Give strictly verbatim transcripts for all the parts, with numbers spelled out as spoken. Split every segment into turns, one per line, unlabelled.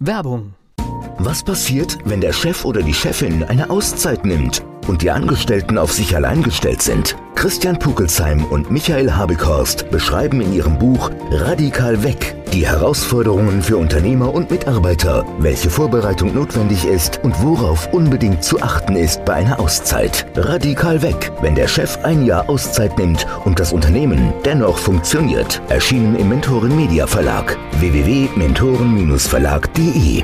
Werbung.
Was passiert, wenn der Chef oder die Chefin eine Auszeit nimmt und die Angestellten auf sich allein gestellt sind? Christian Pukelsheim und Michael Habekhorst beschreiben in ihrem Buch Radikal weg die Herausforderungen für Unternehmer und Mitarbeiter, welche Vorbereitung notwendig ist und worauf unbedingt zu achten ist bei einer Auszeit. Radikal weg, wenn der Chef ein Jahr Auszeit nimmt und das Unternehmen dennoch funktioniert. Erschienen im Mentoren Media Verlag. w w w punkt mentoren verlag punkt de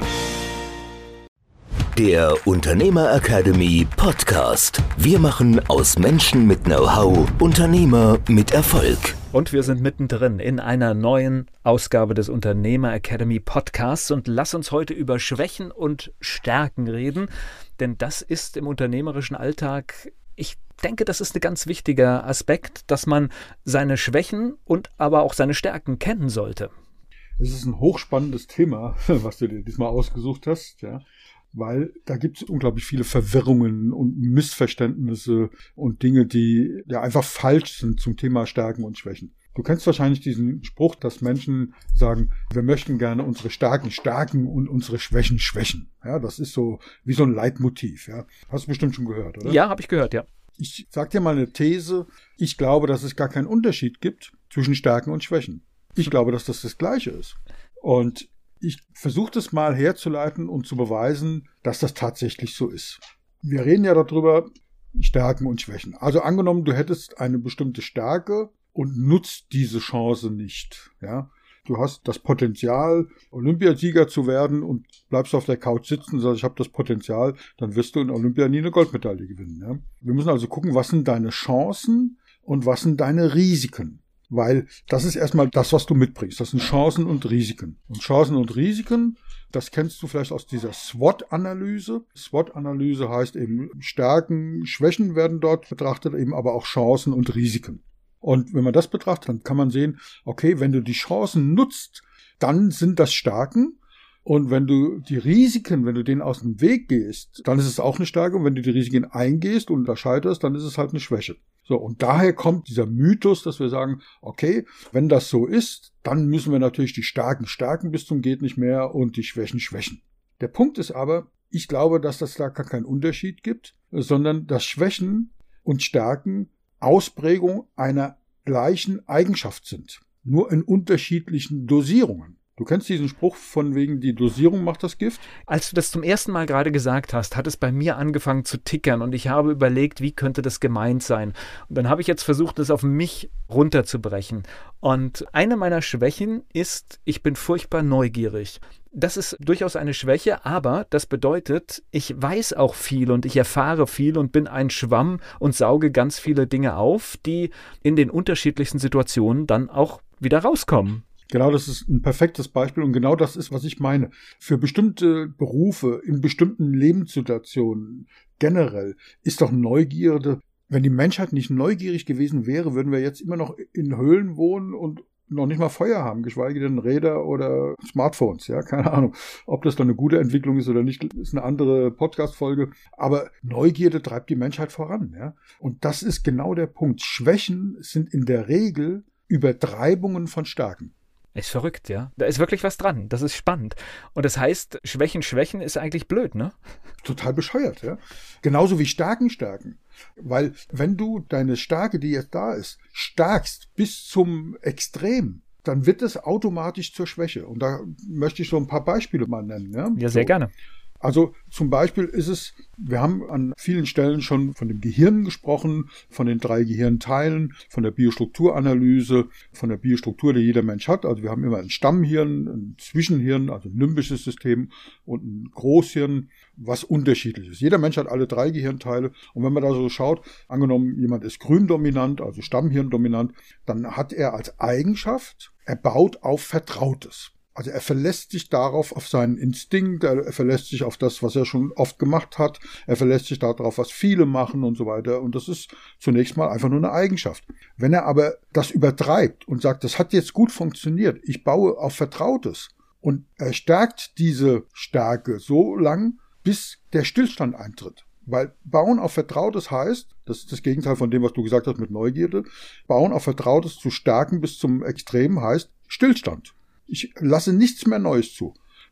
Der Unternehmer Academy Podcast. Wir machen aus Menschen mit Know-how Unternehmer mit Erfolg.
Und wir sind mittendrin in einer neuen Ausgabe des Unternehmer Academy Podcasts und lass uns heute über Schwächen und Stärken reden, denn das ist im unternehmerischen Alltag, ich denke, das ist ein ganz wichtiger Aspekt, dass man seine Schwächen und aber auch seine Stärken kennen sollte.
Es ist ein hochspannendes Thema, was du dir diesmal ausgesucht hast, ja. Weil da gibt es unglaublich viele Verwirrungen und Missverständnisse und Dinge, die ja einfach falsch sind zum Thema Stärken und Schwächen. Du kennst wahrscheinlich diesen Spruch, dass Menschen sagen, wir möchten gerne unsere Stärken stärken und unsere Schwächen schwächen. Ja, das ist so wie so ein Leitmotiv. Ja. Hast du bestimmt schon gehört, oder?
Ja, habe ich gehört, ja.
Ich sag dir mal eine These. Ich glaube, dass es gar keinen Unterschied gibt zwischen Stärken und Schwächen. Ich glaube, dass das das Gleiche ist. Und ich versuche das mal herzuleiten und zu beweisen, dass das tatsächlich so ist. Wir reden ja darüber, Stärken und Schwächen. Also angenommen, du hättest eine bestimmte Stärke und nutzt diese Chance nicht. Ja? Du hast das Potenzial, Olympiasieger zu werden und bleibst auf der Couch sitzen und sagst, ich habe das Potenzial, dann wirst du in Olympia nie eine Goldmedaille gewinnen. Ja? Wir müssen also gucken, was sind deine Chancen und was sind deine Risiken. Weil das ist erstmal das, was du mitbringst. Das sind Chancen und Risiken. Und Chancen und Risiken, das kennst du vielleicht aus dieser SWOT-Analyse. SWOT-Analyse heißt eben Stärken, Schwächen werden dort betrachtet, eben aber auch Chancen und Risiken. Und wenn man das betrachtet, dann kann man sehen, okay, wenn du die Chancen nutzt, dann sind das Stärken. Und wenn du die Risiken, wenn du denen aus dem Weg gehst, dann ist es auch eine Stärke. Und wenn du die Risiken eingehst und da scheiterst, dann ist es halt eine Schwäche. So, und daher kommt dieser Mythos, dass wir sagen, okay, wenn das so ist, dann müssen wir natürlich die Stärken stärken bis zum geht nicht mehr und die Schwächen schwächen. Der Punkt ist aber, ich glaube, dass das da gar keinen Unterschied gibt, sondern dass Schwächen und Stärken Ausprägung einer gleichen Eigenschaft sind, nur in unterschiedlichen Dosierungen. Du kennst diesen Spruch von wegen, die Dosierung macht das Gift?
Als du das zum ersten Mal gerade gesagt hast, hat es bei mir angefangen zu tickern und ich habe überlegt, wie könnte das gemeint sein. Und dann habe ich jetzt versucht, das auf mich runterzubrechen. Und eine meiner Schwächen ist, ich bin furchtbar neugierig. Das ist durchaus eine Schwäche, aber das bedeutet, ich weiß auch viel und ich erfahre viel und bin ein Schwamm und sauge ganz viele Dinge auf, die in den unterschiedlichsten Situationen dann auch wieder rauskommen.
Genau, das ist ein perfektes Beispiel und genau das ist, was ich meine. Für bestimmte Berufe, in bestimmten Lebenssituationen generell ist doch Neugierde, wenn die Menschheit nicht neugierig gewesen wäre, würden wir jetzt immer noch in Höhlen wohnen und noch nicht mal Feuer haben, geschweige denn Räder oder Smartphones, ja, keine Ahnung. Ob das dann eine gute Entwicklung ist oder nicht, ist eine andere Podcast-Folge. Aber Neugierde treibt die Menschheit voran, ja. Und das ist genau der Punkt. Schwächen sind in der Regel Übertreibungen von Stärken.
Ist verrückt, ja. Da ist wirklich was dran. Das ist spannend. Und das heißt, Schwächen, Schwächen ist eigentlich blöd, ne?
Total bescheuert, ja. Genauso wie Stärken, Stärken. Weil wenn du deine Stärke, die jetzt da ist, stärkst bis zum Extrem, dann wird es automatisch zur Schwäche. Und da möchte ich so ein paar Beispiele mal nennen. Ja,
ja sehr
so.
gerne.
Also zum Beispiel ist es, wir haben an vielen Stellen schon von dem Gehirn gesprochen, von den drei Gehirnteilen, von der Biostrukturanalyse, von der Biostruktur, die jeder Mensch hat. Also wir haben immer ein Stammhirn, ein Zwischenhirn, also ein limbisches System und ein Großhirn, was unterschiedlich ist. Jeder Mensch hat alle drei Gehirnteile und wenn man da so schaut, angenommen jemand ist gründominant, also Stammhirndominant, dann hat er als Eigenschaft, er baut auf Vertrautes. Also er verlässt sich darauf, auf seinen Instinkt, er verlässt sich auf das, was er schon oft gemacht hat, er verlässt sich darauf, was viele machen und so weiter. Und das ist zunächst mal einfach nur eine Eigenschaft. Wenn er aber das übertreibt und sagt, das hat jetzt gut funktioniert, ich baue auf Vertrautes und er stärkt diese Stärke so lang, bis der Stillstand eintritt. Weil Bauen auf Vertrautes heißt, das ist das Gegenteil von dem, was du gesagt hast mit Neugierde, Bauen auf Vertrautes zu stärken bis zum Extrem heißt Stillstand. Ich lasse nichts mehr Neues zu.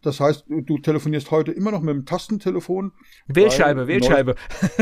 Das heißt, du telefonierst heute immer noch mit dem Tastentelefon.
Wählscheibe, Wählscheibe.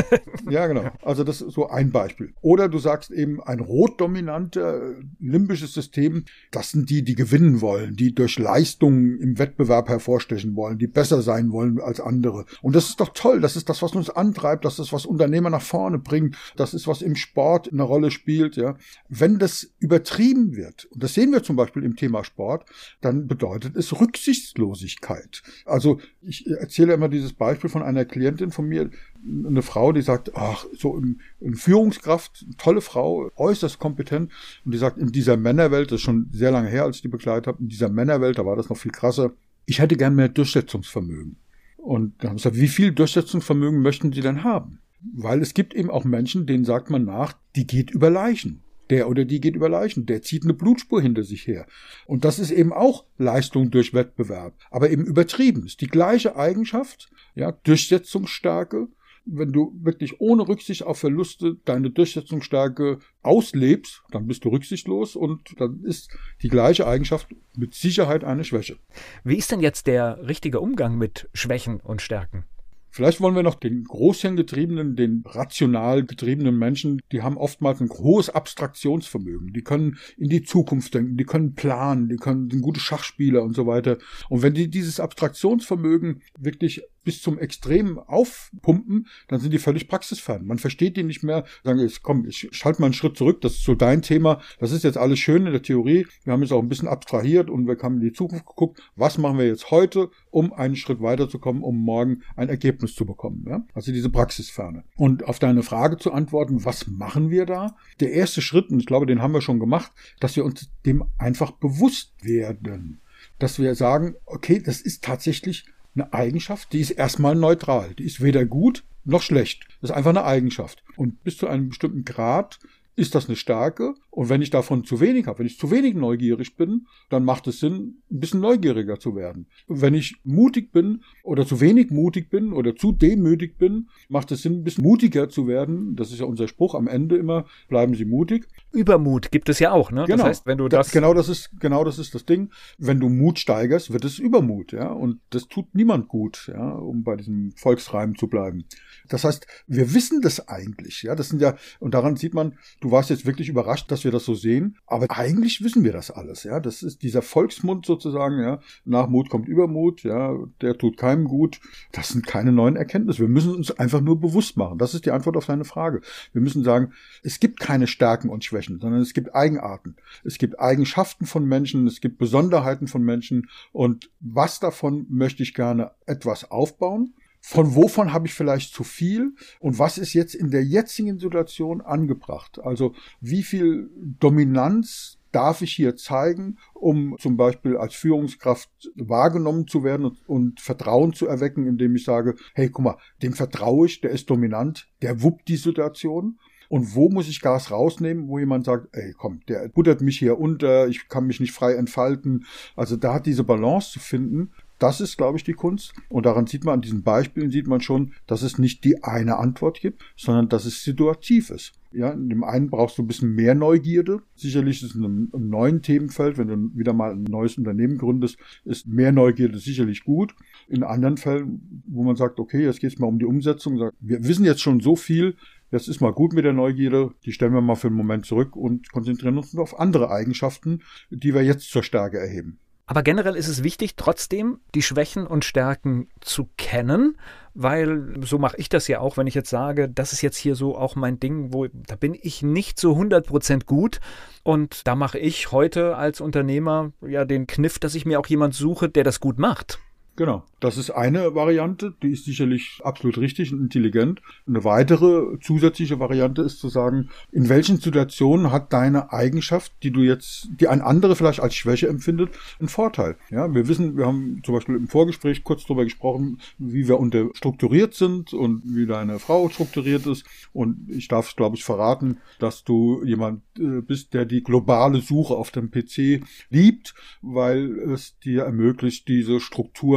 Ja, genau. Also das ist so ein Beispiel. Oder du sagst eben, ein rotdominanter limbisches System, das sind die, die gewinnen wollen, die durch Leistungen im Wettbewerb hervorstechen wollen, die besser sein wollen als andere. Und das ist doch toll. Das ist das, was uns antreibt. Das ist, was Unternehmer nach vorne bringt. Das ist, was im Sport eine Rolle spielt. Ja. Wenn das übertrieben wird, und das sehen wir zum Beispiel im Thema Sport, dann bedeutet es Rücksichtslosigkeit. Also ich erzähle immer dieses Beispiel von einer Klientin von mir, eine Frau, die sagt, ach, so eine Führungskraft, tolle Frau, äußerst kompetent, und die sagt, in dieser Männerwelt, das ist schon sehr lange her, als ich die begleitet habe, in dieser Männerwelt, da war das noch viel krasser, ich hätte gern mehr Durchsetzungsvermögen. Und dann habe ich gesagt, wie viel Durchsetzungsvermögen möchten Sie denn haben? Weil es gibt eben auch Menschen, denen sagt man nach, die geht über Leichen. Der oder die geht über Leichen, der zieht eine Blutspur hinter sich her. Und das ist eben auch Leistung durch Wettbewerb, aber eben übertrieben. Ist die gleiche Eigenschaft, ja, Durchsetzungsstärke. Wenn du wirklich ohne Rücksicht auf Verluste deine Durchsetzungsstärke auslebst, dann bist du rücksichtslos und dann ist die gleiche Eigenschaft mit Sicherheit eine Schwäche.
Wie ist denn jetzt der richtige Umgang mit Schwächen und Stärken?
Vielleicht wollen wir noch den großhirngetriebenen, den rational getriebenen Menschen, die haben oftmals ein hohes Abstraktionsvermögen. Die können in die Zukunft denken, die können planen, die können, sind gute Schachspieler und so weiter. Und wenn die dieses Abstraktionsvermögen wirklich bis zum Extrem aufpumpen, dann sind die völlig praxisfern. Man versteht die nicht mehr. Sagen, jetzt komm, ich schalte mal einen Schritt zurück, das ist so dein Thema. Das ist jetzt alles schön in der Theorie. Wir haben jetzt auch ein bisschen abstrahiert und wir haben in die Zukunft geguckt. Was machen wir jetzt heute, um einen Schritt weiterzukommen, um morgen ein Ergebnis zu bekommen? Ja? Also diese Praxisferne. Und auf deine Frage zu antworten, was machen wir da? Der erste Schritt, und ich glaube, den haben wir schon gemacht, dass wir uns dem einfach bewusst werden. Dass wir sagen, okay, das ist tatsächlich eine Eigenschaft, die ist erstmal neutral. Die ist weder gut noch schlecht. Das ist einfach eine Eigenschaft. Und bis zu einem bestimmten Grad ist das eine Stärke. Und wenn ich davon zu wenig habe, wenn ich zu wenig neugierig bin, dann macht es Sinn, ein bisschen neugieriger zu werden. Wenn ich mutig bin oder zu wenig mutig bin oder zu demütig bin, macht es Sinn, ein bisschen mutiger zu werden. Das ist ja unser Spruch am Ende immer, bleiben Sie mutig.
Übermut gibt es ja auch, ne?
Genau.
Das heißt, wenn du das...
Genau das ist, genau das ist das Ding. Wenn du Mut steigerst, wird es Übermut, ja. Und das tut niemand gut, ja, um bei diesem Volksreim zu bleiben. Das heißt, wir wissen das eigentlich, ja. Das sind ja, und daran sieht man, du warst jetzt wirklich überrascht, dass wir das so sehen, aber eigentlich wissen wir das alles, ja. Das ist dieser Volksmund sozusagen, ja. Nach Mut kommt Übermut, ja. Der tut keinem gut. Das sind keine neuen Erkenntnisse. Wir müssen uns einfach nur bewusst machen. Das ist die Antwort auf deine Frage. Wir müssen sagen, es gibt keine Stärken und Schwächen, sondern es gibt Eigenarten. Es gibt Eigenschaften von Menschen, es gibt Besonderheiten von Menschen und was davon möchte ich gerne etwas aufbauen? Von wovon habe ich vielleicht zu viel? Und was ist jetzt in der jetzigen Situation angebracht? Also wie viel Dominanz darf ich hier zeigen, um zum Beispiel als Führungskraft wahrgenommen zu werden und, und Vertrauen zu erwecken, indem ich sage, hey, guck mal, dem vertraue ich, der ist dominant, der wuppt die Situation. Und wo muss ich Gas rausnehmen, wo jemand sagt, ey, komm, der buttert mich hier unter, ich kann mich nicht frei entfalten. Also da hat diese Balance zu finden, das ist, glaube ich, die Kunst. Und daran sieht man, an diesen Beispielen sieht man schon, dass es nicht die eine Antwort gibt, sondern dass es situativ ist. Ja, in dem einen brauchst du ein bisschen mehr Neugierde. Sicherlich ist es in einem, einem neuen Themenfeld, wenn du wieder mal ein neues Unternehmen gründest, ist mehr Neugierde sicherlich gut. In anderen Fällen, wo man sagt, okay, jetzt geht es mal um die Umsetzung, sagt, wir wissen jetzt schon so viel, jetzt ist mal gut mit der Neugierde, die stellen wir mal für einen Moment zurück und konzentrieren uns auf andere Eigenschaften, die wir jetzt zur Stärke erheben.
Aber generell ist es wichtig, trotzdem die Schwächen und Stärken zu kennen, weil so mache ich das ja auch, wenn ich jetzt sage, das ist jetzt hier so auch mein Ding, wo da bin ich nicht so hundert Prozent gut und da mache ich heute als Unternehmer ja den Kniff, dass ich mir auch jemand suche, der das gut macht.
Genau, das ist eine Variante, die ist sicherlich absolut richtig und intelligent. Eine weitere zusätzliche Variante ist zu sagen, in welchen Situationen hat deine Eigenschaft, die du jetzt, die ein anderer vielleicht als Schwäche empfindet, einen Vorteil. Ja, wir wissen, wir haben zum Beispiel im Vorgespräch kurz darüber gesprochen, wie wir unter strukturiert sind und wie deine Frau strukturiert ist. Und ich darf, glaube ich, verraten, dass du jemand bist, der die globale Suche auf dem P C liebt, weil es dir ermöglicht, diese Strukturen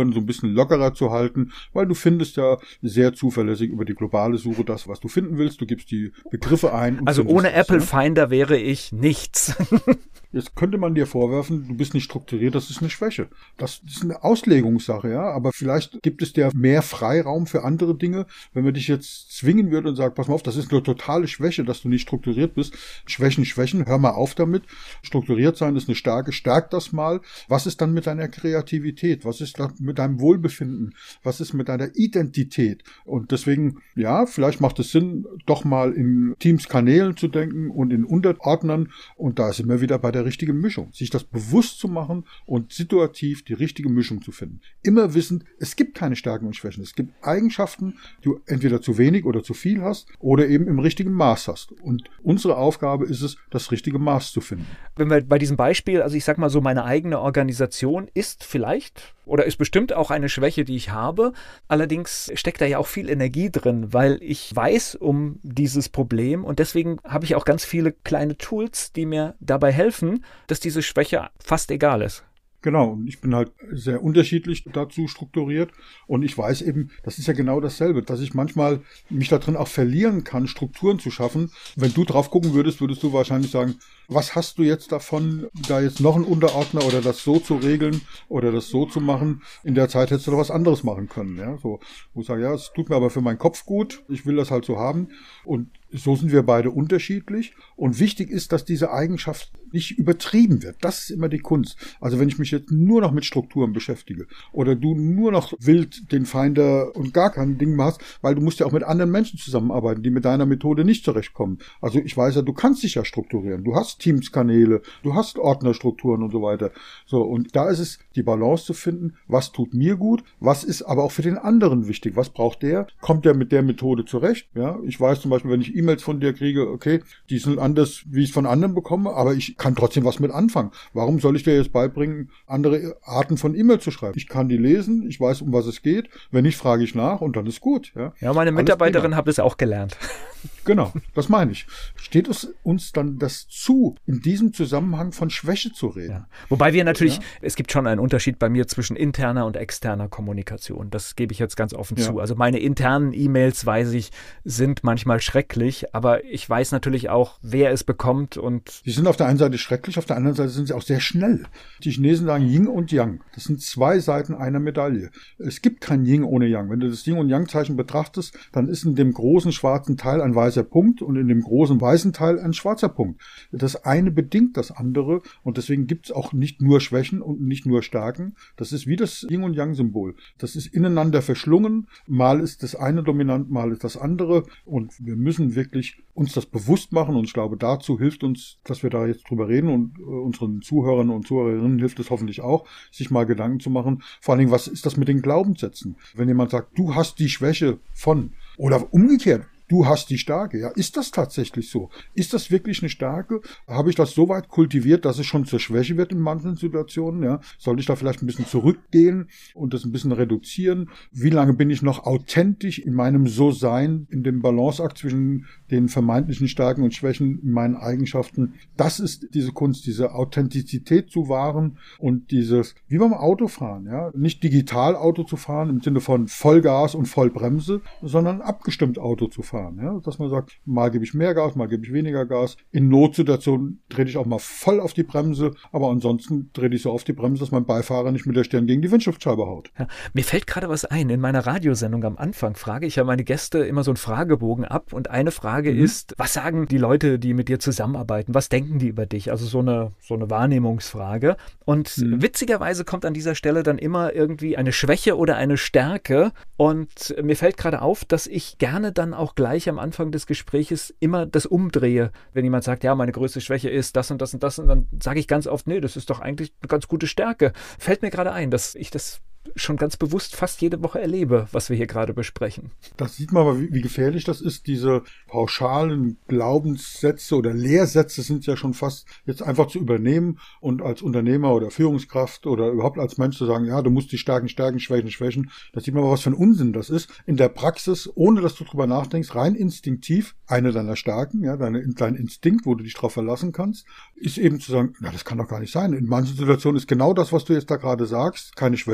Strukturen so ein bisschen lockerer zu halten, weil du findest ja sehr zuverlässig über die globale Suche das, was du finden willst. Du gibst die Begriffe ein. Und
also ohne
das,
Apple
ja?
Finder wäre ich nichts.
Jetzt könnte man dir vorwerfen, du bist nicht strukturiert, das ist eine Schwäche. Das ist eine Auslegungssache, ja, aber vielleicht gibt es dir mehr Freiraum für andere Dinge. Wenn man dich jetzt zwingen würde und sagt, pass mal auf, das ist eine totale Schwäche, dass du nicht strukturiert bist. Schwächen, Schwächen, hör mal auf damit. Strukturiert sein ist eine Stärke, stärk das mal. Was ist dann mit deiner Kreativität? Was ist dann mit deinem Wohlbefinden? Was ist mit deiner Identität? Und deswegen, ja, vielleicht macht es Sinn, doch mal in Teams-Kanälen zu denken und in Unterordnern. Und da sind wir wieder bei der richtigen Mischung. Sich das bewusst zu machen und situativ die richtige Mischung zu finden. Immer wissend, es gibt keine Stärken und Schwächen. Es gibt Eigenschaften, die du entweder zu wenig oder zu viel hast oder eben im richtigen Maß hast. Und unsere Aufgabe ist es, das richtige Maß zu finden.
Wenn wir bei diesem Beispiel, also ich sag mal so, meine eigene Organisation ist vielleicht oder ist bestimmt auch eine Schwäche, die ich habe. Allerdings steckt da ja auch viel Energie drin, weil ich weiß um dieses Problem und deswegen habe ich auch ganz viele kleine Tools, die mir dabei helfen, dass diese Schwäche fast egal ist.
Genau, und ich bin halt sehr unterschiedlich dazu strukturiert und ich weiß eben, das ist ja genau dasselbe, dass ich manchmal mich da drin auch verlieren kann, Strukturen zu schaffen. Wenn du drauf gucken würdest, würdest du wahrscheinlich sagen, was hast du jetzt davon, da jetzt noch einen Unterordner oder das so zu regeln oder das so zu machen? In der Zeit hättest du doch was anderes machen können. Ja? So, wo ich sage, ja, es tut mir aber für meinen Kopf gut, ich will das halt so haben. Und so sind wir beide unterschiedlich. Und wichtig ist, dass diese Eigenschaft nicht übertrieben wird. Das ist immer die Kunst. Also wenn ich mich jetzt nur noch mit Strukturen beschäftige oder du nur noch wild den Finder und gar kein Ding machst, weil du musst ja auch mit anderen Menschen zusammenarbeiten, die mit deiner Methode nicht zurechtkommen. Also ich weiß ja, du kannst dich ja strukturieren. Du hast Teams-Kanäle, du hast Ordnerstrukturen und so weiter. So, und da ist es, die Balance zu finden, was tut mir gut, was ist aber auch für den anderen wichtig, was braucht der, kommt der mit der Methode zurecht, ja, ich weiß zum Beispiel, wenn ich E-Mails von dir kriege, okay, die sind anders, wie ich es von anderen bekomme, aber ich kann trotzdem was mit anfangen. Warum soll ich dir jetzt beibringen, andere Arten von E-Mail zu schreiben? Ich kann die lesen, ich weiß, um was es geht, wenn nicht, frage ich nach und dann ist gut. Ja,
ja meine Mitarbeiterin hat es auch gelernt.
Genau, das meine ich. Steht es uns dann das zu, in diesem Zusammenhang von Schwäche zu reden?
Ja. Wobei wir natürlich,
ja.
es gibt schon einen Unterschied bei mir zwischen interner und externer Kommunikation. Das gebe ich jetzt ganz offen ja. zu. Also meine internen E-Mails, weiß ich, sind manchmal schrecklich, aber ich weiß natürlich auch, wer es bekommt. Und
die sind auf der einen Seite schrecklich, auf der anderen Seite sind sie auch sehr schnell. Die Chinesen sagen Yin und Yang. Das sind zwei Seiten einer Medaille. Es gibt kein Yin ohne Yang. Wenn du das Yin und Yang-Zeichen betrachtest, dann ist in dem großen schwarzen Teil ein weißer Punkt und in dem großen weißen Teil ein schwarzer Punkt. Das eine bedingt das andere und deswegen gibt es auch nicht nur Schwächen und nicht nur Stärken. Das ist wie das Yin- und Yang-Symbol. Das ist ineinander verschlungen. Mal ist das eine dominant, mal ist das andere und wir müssen wirklich uns das bewusst machen und ich glaube, dazu hilft uns, dass wir da jetzt drüber reden und äh, unseren Zuhörern und Zuhörerinnen hilft es hoffentlich auch, sich mal Gedanken zu machen. Vor allen Dingen, was ist das mit den Glaubenssätzen? Wenn jemand sagt, du hast die Schwäche von oder umgekehrt, du hast die Stärke. Ja, ist das tatsächlich so? Ist das wirklich eine Stärke? Habe ich das so weit kultiviert, dass es schon zur Schwäche wird in manchen Situationen? Ja, sollte ich da vielleicht ein bisschen zurückgehen und das ein bisschen reduzieren? Wie lange bin ich noch authentisch in meinem So-Sein, in dem Balanceakt zwischen den vermeintlichen Stärken und Schwächen in meinen Eigenschaften? Das ist diese Kunst, diese Authentizität zu wahren und dieses, wie beim Autofahren, ja, nicht digital Auto zu fahren im Sinne von Vollgas und Vollbremse, sondern abgestimmt Auto zu fahren. Ja, dass man sagt, mal gebe ich mehr Gas, mal gebe ich weniger Gas. In Notsituationen trete ich auch mal voll auf die Bremse, aber ansonsten trete ich so auf die Bremse, dass mein Beifahrer nicht mit der Stirn gegen die Windschutzscheibe haut.
Ja, mir fällt gerade was ein. In meiner Radiosendung am Anfang frage ich ja meine Gäste immer so einen Fragebogen ab und eine Frage mhm. ist, was sagen die Leute, die mit dir zusammenarbeiten? Was denken die über dich? Also so eine, so eine Wahrnehmungsfrage. Und mhm. witzigerweise kommt an dieser Stelle dann immer irgendwie eine Schwäche oder eine Stärke und mir fällt gerade auf, dass ich gerne dann auch gleich gleich am Anfang des Gespräches immer das umdrehe. Wenn jemand sagt, ja, meine größte Schwäche ist das und das und das, und dann sage ich ganz oft, nee, das ist doch eigentlich eine ganz gute Stärke. Fällt mir gerade ein, dass ich das schon ganz bewusst fast jede Woche erlebe, was wir hier gerade besprechen.
Das sieht man aber, wie gefährlich das ist. Diese pauschalen Glaubenssätze oder Lehrsätze sind ja schon fast jetzt einfach zu übernehmen und als Unternehmer oder Führungskraft oder überhaupt als Mensch zu sagen, ja, du musst die Stärken stärken, Schwächen schwächen. Da sieht man aber, was für ein Unsinn das ist. In der Praxis, ohne dass du drüber nachdenkst, rein instinktiv, eine deiner Stärken, ja, deine, dein Instinkt, wo du dich drauf verlassen kannst, ist eben zu sagen, na, das kann doch gar nicht sein. In manchen Situationen ist genau das, was du jetzt da gerade sagst, keine Schwäche, sondern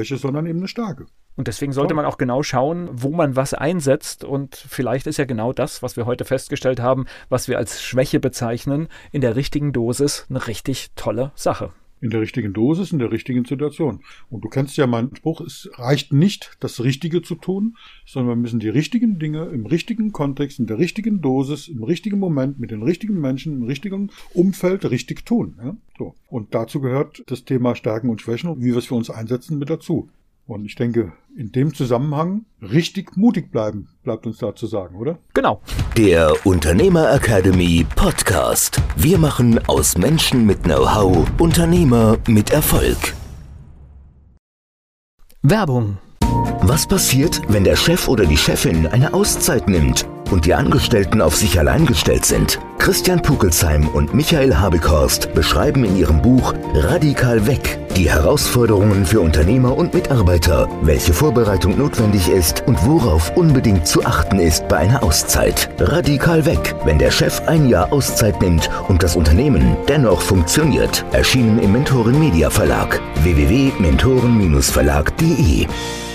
dann eben eine starke.
Und deswegen sollte man auch genau schauen, wo man was einsetzt. Und vielleicht ist ja genau das, was wir heute festgestellt haben, was wir als Schwäche bezeichnen, in der richtigen Dosis eine richtig tolle Sache.
In der richtigen Dosis, in der richtigen Situation. Und du kennst ja meinen Spruch, es reicht nicht, das Richtige zu tun, sondern wir müssen die richtigen Dinge im richtigen Kontext, in der richtigen Dosis, im richtigen Moment, mit den richtigen Menschen, im richtigen Umfeld richtig tun. Ja? So. Und dazu gehört das Thema Stärken und Schwächen und wie wir es für uns einsetzen mit dazu. Und ich denke, in dem Zusammenhang richtig mutig bleiben, bleibt uns da zu sagen, oder?
Genau.
Der Unternehmer Academy Podcast. Wir machen aus Menschen mit Know-how Unternehmer mit Erfolg.
Werbung.
Was passiert, wenn der Chef oder die Chefin eine Auszeit nimmt und die Angestellten auf sich allein gestellt sind? Christian Pukelsheim und Michael Habekhorst beschreiben in ihrem Buch Radikal weg die Herausforderungen für Unternehmer und Mitarbeiter, welche Vorbereitung notwendig ist und worauf unbedingt zu achten ist bei einer Auszeit. Radikal weg, wenn der Chef ein Jahr Auszeit nimmt und das Unternehmen dennoch funktioniert. Erschienen im Mentoren Media Verlag. w w w punkt mentoren Bindestrich verlag punkt de